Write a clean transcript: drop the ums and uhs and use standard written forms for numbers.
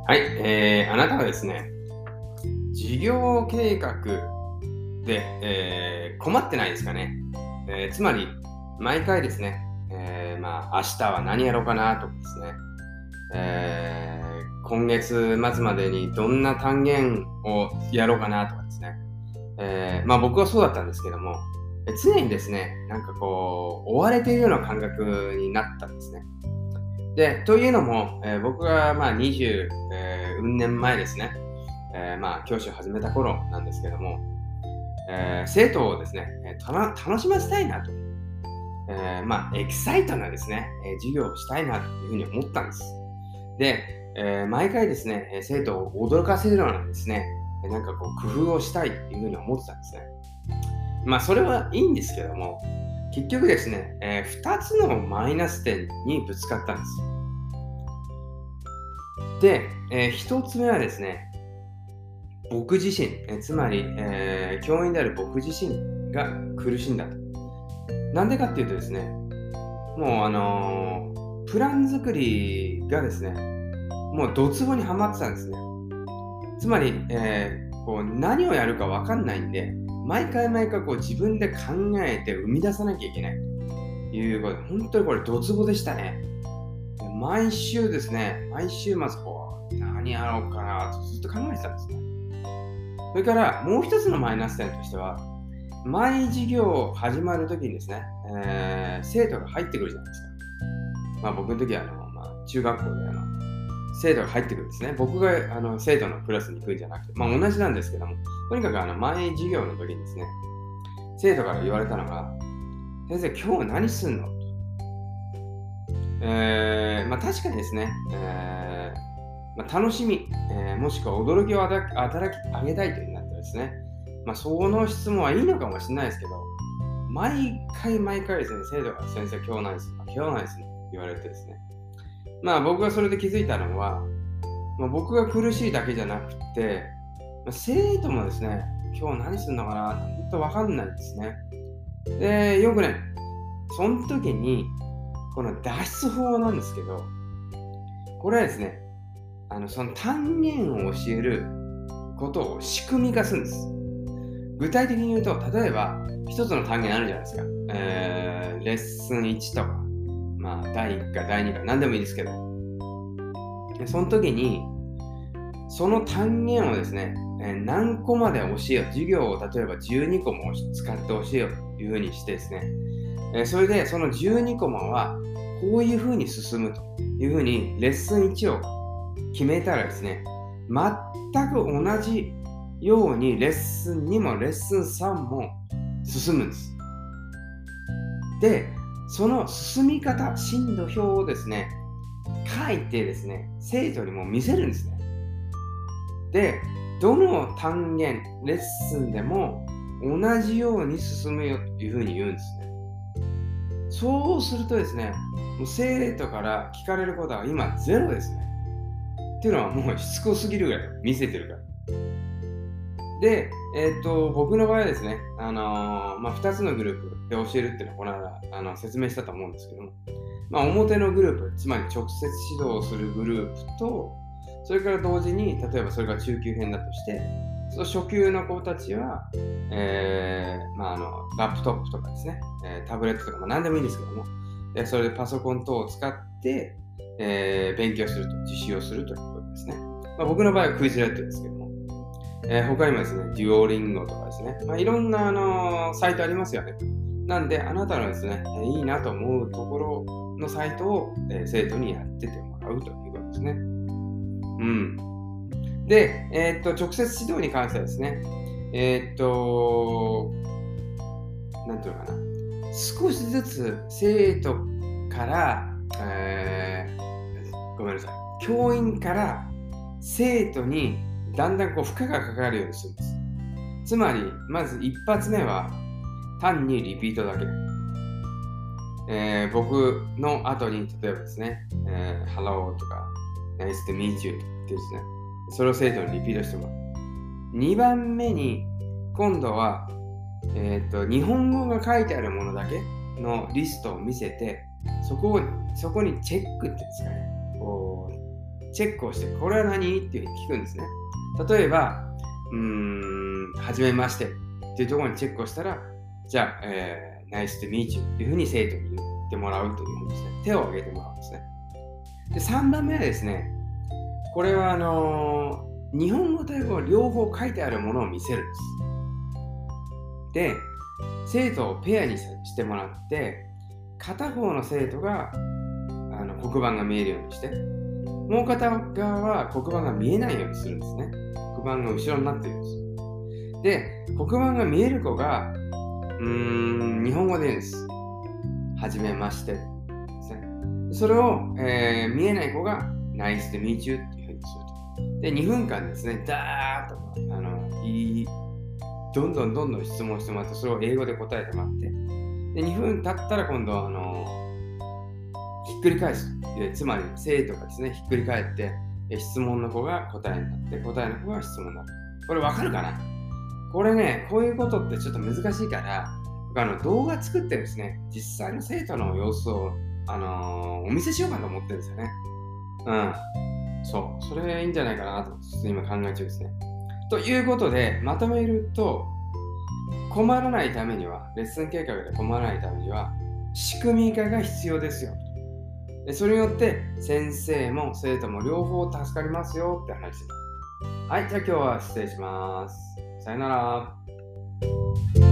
はい、あなたはですね、事業計画で、困ってないですかね。つまり、毎回ですね、明日は何やろうかなとかですね、今月末までにどんな単元をやろうかなとかですね、僕はそうだったんですけども、常にですね、追われているような感覚になったんですね。で、というのも、僕が20、運年前ですね、教師を始めた頃なんですけども、生徒をですね、楽しませたいなと、エキサイトなですね、授業をしたいなというふうに思ったんです。で、毎回ですね、生徒を驚かせるようなですね、工夫をしたいというふうに思ってたんですね。それはいいんですけども、結局ですね、2つのマイナス点にぶつかったんです。で、1つ目はですね、僕自身、つまり、教員である僕自身が苦しんだと。なんでかっていうとですね、もうプラン作りがですね、もうドツボにはまってたんですね。つまり、何をやるか分かんないんで、毎回自分で考えて生み出さなきゃいけないということで、本当にこれドツボでしたね。毎週ですね、毎週末何やろうかなとずっと考えてたんですね。それからもう一つのマイナス点としては、毎授業始まるときにですね、生徒が入ってくるじゃないですか。僕の時は中学校で生徒が入ってくるんですね。僕が生徒のクラスに行くんじゃなくて、同じなんですけども、とにかく毎授業の時にですね、生徒から言われたのが、先生、今日何すんの？確かにですね、楽しみ、もしくは驚きをあげたいというになってですね、その質問はいいのかもしれないですけど、毎回ですね、生徒が先生、今日何するの？今日何するの？言われてですね。僕がそれで気づいたのは、僕が苦しいだけじゃなくて、生徒もですね、今日何するのかなって本当わかんないんですね。で、よくね、その時に、この脱出法なんですけど、これはですね、その単元を教えることを仕組み化するんです。具体的に言うと、例えば、一つの単元あるじゃないですか。レッスン1とか、第1か第2か何でもいいですけど、その時に、その単元をですね、何個まで教えよう、授業を例えば12個も使って教えようというふうにしてですね、それでその12コマはこういうふうに進むというふうにレッスン1を決めたらですね、全く同じようにレッスン2もレッスン3も進むんです。で、その進み方、進度表をですね、書いてですね、生徒にも見せるんですね。で、どの単元、レッスンでも同じように進むよというふうに言うんですね。そうするとですね、もう生徒から聞かれることは今ゼロですね。っていうのはもうしつこすぎるぐらい見せてるから。で、僕の場合はですね、2つのグループで教えるっていうのをこの間説明したと思うんですけども、表のグループ、つまり直接指導するグループと、それから同時に、例えばそれが中級編だとして、その初級の子たちは、ラップトップとかですね、タブレットとか何でもいいんですけども、それでパソコン等を使って、勉強すると、実習をするということですね。僕の場合はクイズレットですけども、他にもですね、デュオリンゴとかですね、いろんなサイトありますよね。なんで、あなたのですね、いいなと思うところのサイトを、生徒にやっててもらうということですね。で、直接指導に関してはですね、なんていうのかな、少しずつ生徒から、ごめんなさい、教員から生徒にだんだん負荷がかかるようにするんです。つまり、まず一発目は単にリピートだけ。僕の後に例えばですね、Hello とか Nice to meet you ってですね、それを生徒にリピートしてもらう。2番目に今度は、日本語が書いてあるものだけのリストを見せて、そこにチェックっていうんですかね、 チェックをして、これは何っていうふうに聞くんですね。例えば、はじめましてっていうところにチェックをしたら、じゃあ、Nice to meet you っていうふうに生徒に言ってもらうというふうにですね、手を挙げてもらうんですね。で、3番目はですね、これは日本語と英語両方書いてあるものを見せるんです。で、生徒をペアにしてもらって、片方の生徒が黒板が見えるようにして、もう片側は黒板が見えないようにするんですね。黒板が後ろになっているんです。で、黒板が見える子が、日本語で言うんです。はじめましてですね。それを、見えない子が Nice to meet you っていうふうにすると。で、2分間ですね、ダーッとどんどん質問してもらって、それを英語で答えてもらって、で、2分経ったら今度はひっくり返す。つまり生徒がですね、ひっくり返って、質問の子が答えになって、答えの子が質問になる。これわかるかな？これね、こういうことってちょっと難しいから、僕動画作ってですね、実際の生徒の様子を、お見せしようかと思ってるんですよね。そう。それいいんじゃないかなと、今考え中ですね。ということで、まとめると、困らないためには、レッスン計画で困らないためには、仕組み化が必要ですよ。でそれによって、先生も生徒も両方助かりますよって話です。はい、じゃあ今日は失礼します。さよなら。